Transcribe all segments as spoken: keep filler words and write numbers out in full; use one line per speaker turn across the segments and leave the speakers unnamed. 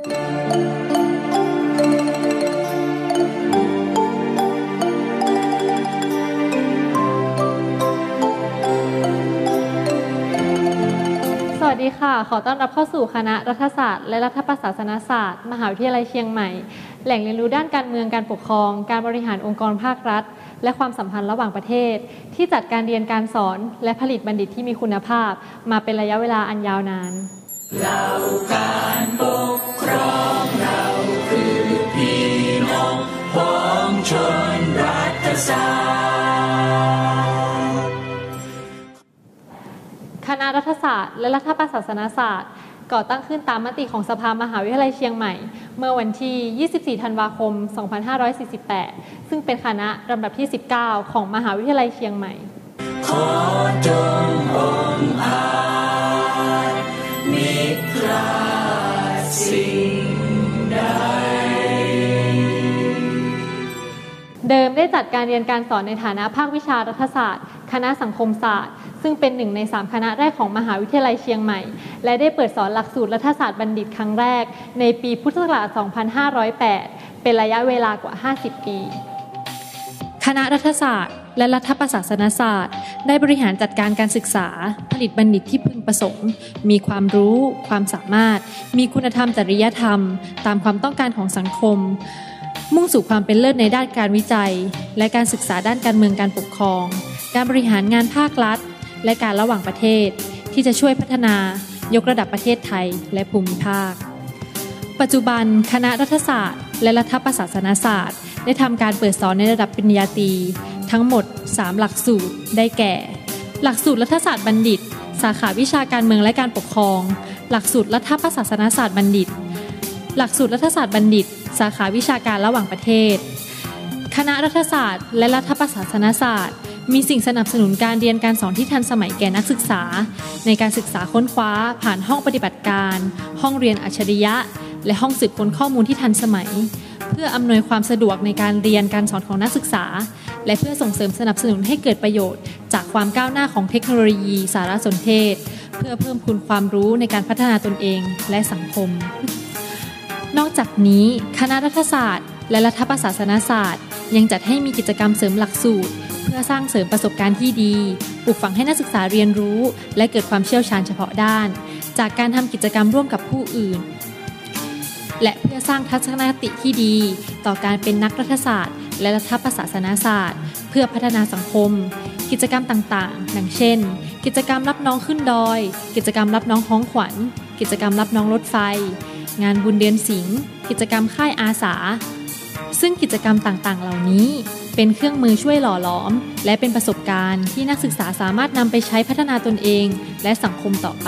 สวัสดีค่ะขอต้อนรับเข้าสู่คณะรัฐศาสตร์และรัฐประศาสนศาสตร์มหาวิทยาลัยเชียงใหม่แหล่งเรียนรู้ด้านการเมืองการปกครองการบริหารองค์กรภาครัฐและความสัมพันธ์ระหว่างประเทศที่จัดการเรียนการสอนและผลิตบัณฑิตที่มีคุณภาพมาเป็นระยะเวลาอันยาวนาน
เราการปกครองเราคือพี่น้องพ้องชนรัฐศาสตร์
คณะรัฐศาสตร์และรัฐประศาสนศาสตร์ก่อตั้งขึ้นตามมติของสภามหาวิทยาลัยเชียงใหม่เมื่อวันที่ ยี่สิบสี่ ธันวาคม สองพันห้าร้อยสี่สิบแปด ซึ่งเป็นคณะลำดับที่ สิบเก้า ของมหาวิทยาลัยเชียงใหม่
ขอจงองอาจมิตราสิ่งใด
เดิมได้จัดการเรียนการสอนในฐานะภาควิชารัฐศาสตร์คณะสังคมศาสตร์ซึ่งเป็นหนึ่งในสามคณะแรกของมหาวิทยาลัยเชียงใหม่และได้เปิดสอนหลักสูตรรัฐศาสตร์บัณฑิตครั้งแรกในปีพุทธศักราช สองพันห้าร้อยแปด เป็นระยะเวลากว่า ห้าสิบ ปีคณะรัฐศาสตร์และรัฐประศาสนศาสตร์ได้บริหารจัดการการศึกษาผลิตบัณฑิตที่พึงประสงค์มีความรู้ความสามารถมีคุณธรรมจริยธรรมตามความต้องการของสังคมมุ่งสู่ความเป็นเลิศในด้านการวิจัยและการศึกษาด้านการเมืองการปกครองการบริหารงานภาครัฐและการระหว่างประเทศที่จะช่วยพัฒนายกระดับประเทศไทยและภูมิภาคปัจจุบันคณะรัฐศาสตร์และรัฐประศาสนศาสตร์ได้ทำการเปิดสอนในระดับปริญญาตรีทั้งหมดสามหลักสูตรได้แก่หลักสูตรรัฐศาสตร์บัณฑิตสาขาวิชาการเมืองและการปกครองหลักสูตรรัฐประศาสนศาสตร์บัณฑิตหลักสูตรรัฐศาสตร์บัณฑิตสาขาวิชาการระหว่างประเทศคณะรัฐศาสตร์และรัฐประศาสนศาสตร์มีสิ่งสนับสนุนการเรียนการสอนที่ทันสมัยแก่นักศึกษาในการศึกษาค้นคว้าผ่านห้องปฏิบัติการห้องเรียนอัจฉริยะและห้องสืบค้นข้อมูลที่ทันสมัยเพื่ออำนวยความสะดวกในการเรียนการสอนของนักศึกษาและเพื่อส่งเสริมสนับสนุนให้เกิดประโยชน์จากความก้าวหน้าของเทคโนโลยีสารสนเทศเพื่อเพิ่มพูนความรู้ในการพัฒนาตนเองและสังคมนอกจากนี้คณะรัฐศาสตร์และรัฐประศาสนศาสตร์ยังจัดให้มีกิจกรรมเสริมหลักสูตรเพื่อสร้างเสริมประสบการณ์ที่ดีปลูกฝังให้นักศึกษาเรียนรู้และเกิดความเชี่ยวชาญเฉพาะด้านจากการทำกิจกรรมร่วมกับผู้อื่นและเพื่อสร้างทัศนคติที่ดีต่อการเป็นนักรัฐศาสตร์และรัฐประศาสนศาสตร์เพื่อพัฒนาสังคมกิจกรรมต่างๆดังเช่นกิจกรรมรับน้องขึ้นดอยกิจกรรมรับน้องฮ้องขวัญกิจกรรมรับน้องรถไฟงานบุญเดือนสิงห์กิจกรรมค่ายอาสาซึ่งกิจกรรมต่างๆเหล่านี้เป็นเครื่องมือช่วยหล่อหลอมและเป็นประสบการณ์ที่นักศึกษาสามารถนำไปใช้พัฒนาตนเองและสังคมต่อไป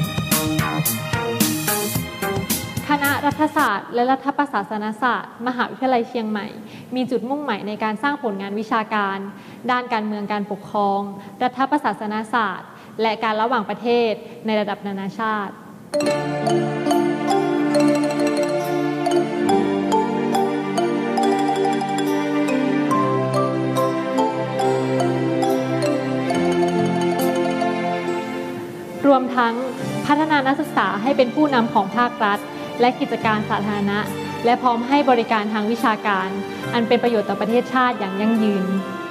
คณะรัฐศาสตร์และรัฐประศาสนศาสตร์มหาวิทยาลัยเชียงใหม่มีจุดมุ่งหมายในการสร้างผลงานวิชาการด้านการเมืองการปกครองรัฐประศาสนศาสตร์และการระหว่างประเทศในระดับนานาชาติรวมทั้งพัฒนานักศึกษาให้เป็นผู้นำของภาครัฐและกิจการสาธารณะและพร้อมให้บริการทางวิชาการอันเป็นประโยชน์ต่อประเทศชาติอย่างยั่งยืน